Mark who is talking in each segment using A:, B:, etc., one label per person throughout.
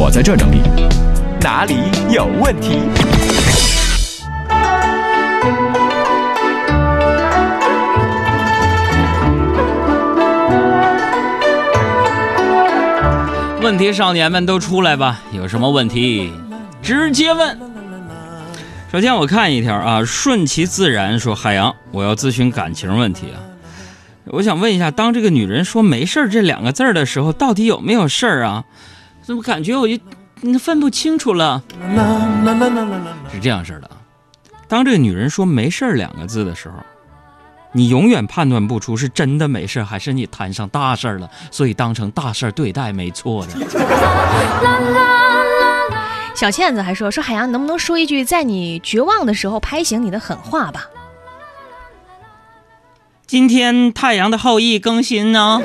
A: 我在这整理，哪里有问题？
B: 问题少年们都出来吧，有什么问题直接问。首先我看一条啊，顺其自然说，海洋，我要咨询感情问题啊。我想问一下，当这个女人说没事这两个字的时候，到底有没有事儿啊？怎么感觉我就分不清楚了？是这样式的，当这个女人说没事两个字的时候，你永远判断不出是真的没事还是你摊上大事了，所以当成大事对待没错的。
C: 小倩子还说海洋，能不能说一句在你绝望的时候拍醒你的狠话吧？
B: 今天太阳的后裔更新呢，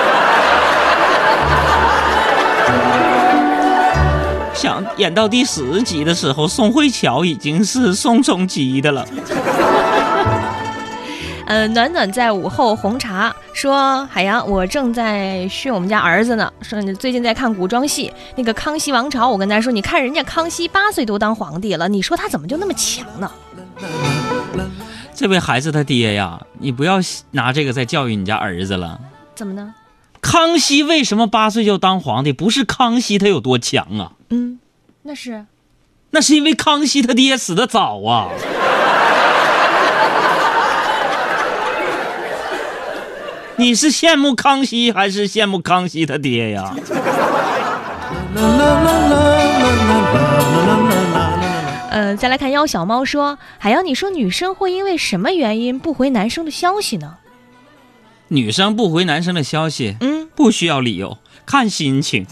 B: 想演到第10集的时候，宋慧乔已经是宋仲基的了。
C: 暖暖在午后红茶说，海洋，我正在训我们家儿子呢，说你最近在看古装戏，那个康熙王朝，我跟他说，你看人家康熙8岁都当皇帝了，你说他怎么就那么强呢？
B: 这位孩子他爹呀，你不要拿这个在教育你家儿子了。
C: 怎么呢？
B: 康熙为什么8岁就当皇帝？不是康熙他有多强啊，
C: 那是
B: 因为康熙他爹死得早啊。你是羡慕康熙还是羡慕康熙他爹呀？
C: 再来看妖小猫说，海洋，你说女生会因为什么原因不回男生的消息呢？
B: 女生不回男生的消息，不需要理由，看心情。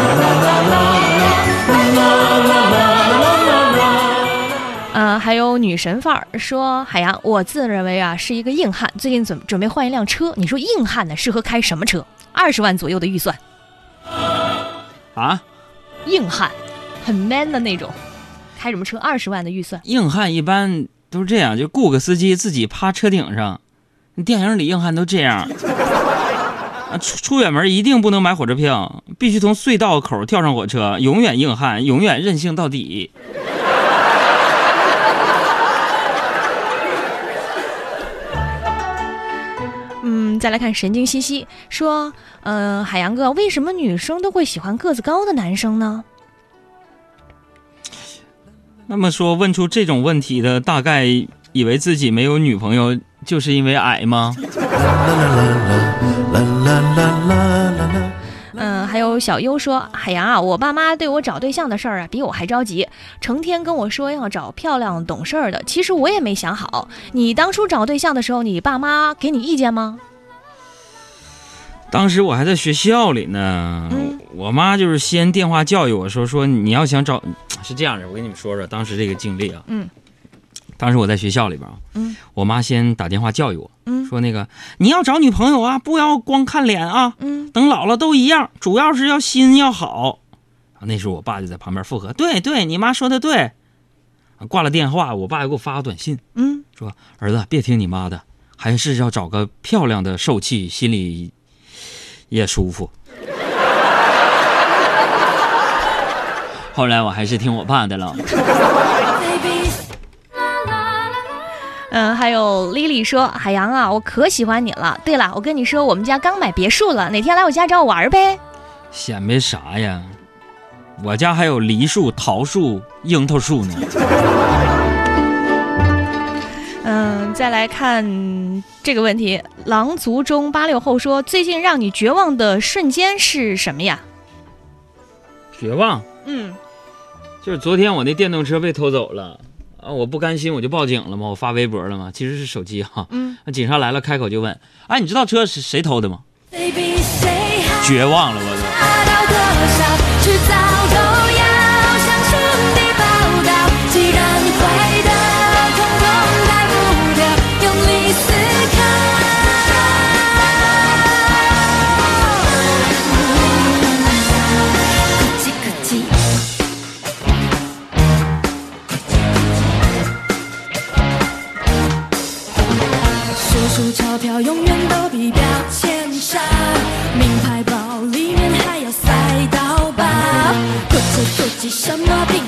C: 还有女神范儿说，海洋，我自认为啊是一个硬汉，最近准备换一辆车，你说硬汉呢适合开什么车？20万左右的预算
B: 啊？
C: 硬汉很 man 的那种，开什么车？20万的预算。
B: 硬汉一般都是这样，就雇个司机自己趴车顶上，电影里硬汉都这样。出远门一定不能买火车票，必须从隧道口跳上火车，永远硬汉，永远任性到底。
C: 再来看神经兮兮说，海洋哥，为什么女生都会喜欢个子高的男生呢？
B: 那么说，问出这种问题的大概以为自己没有女朋友就是因为矮吗？
C: 还有小优说，海洋啊，我爸妈对我找对象的事儿啊比我还着急，成天跟我说要找漂亮懂事儿的，其实我也没想好。你当初找对象的时候，你爸妈给你意见吗？
B: 当时我还在学校里呢，我妈就是先电话教育我说你要想找，是这样的，我跟你们说说当时这个经历啊。当时我在学校里边我妈先打电话教育我，说那个你要找女朋友啊，不要光看脸啊，等老了都一样，主要是要心要好。那时候我爸就在旁边附和，对，你妈说的对。挂了电话，我爸又给我发个短信，说儿子别听你妈的，还是要找个漂亮的受气，心里也舒服。后来我还是听我爸的了。
C: 还有 Lily 说，海洋啊，我可喜欢你了。对了，我跟你说，我们家刚买别墅了，哪天来我家找我玩呗？
B: 显摆啥呀？我家还有梨树、桃树、樱桃树呢。
C: 再来看这个问题，狼族中86后说，最近让你绝望的瞬间是什么呀？
B: 绝望？就是昨天我那电动车被偷走了啊，我不甘心，我就报警了嘛，我发微博了嘛，其实是手机哈。警察来了，开口就问，哎，你知道车是谁偷的吗？绝望了我都。
D: 钞票永远都比标签少，名牌包里面还有做什么病？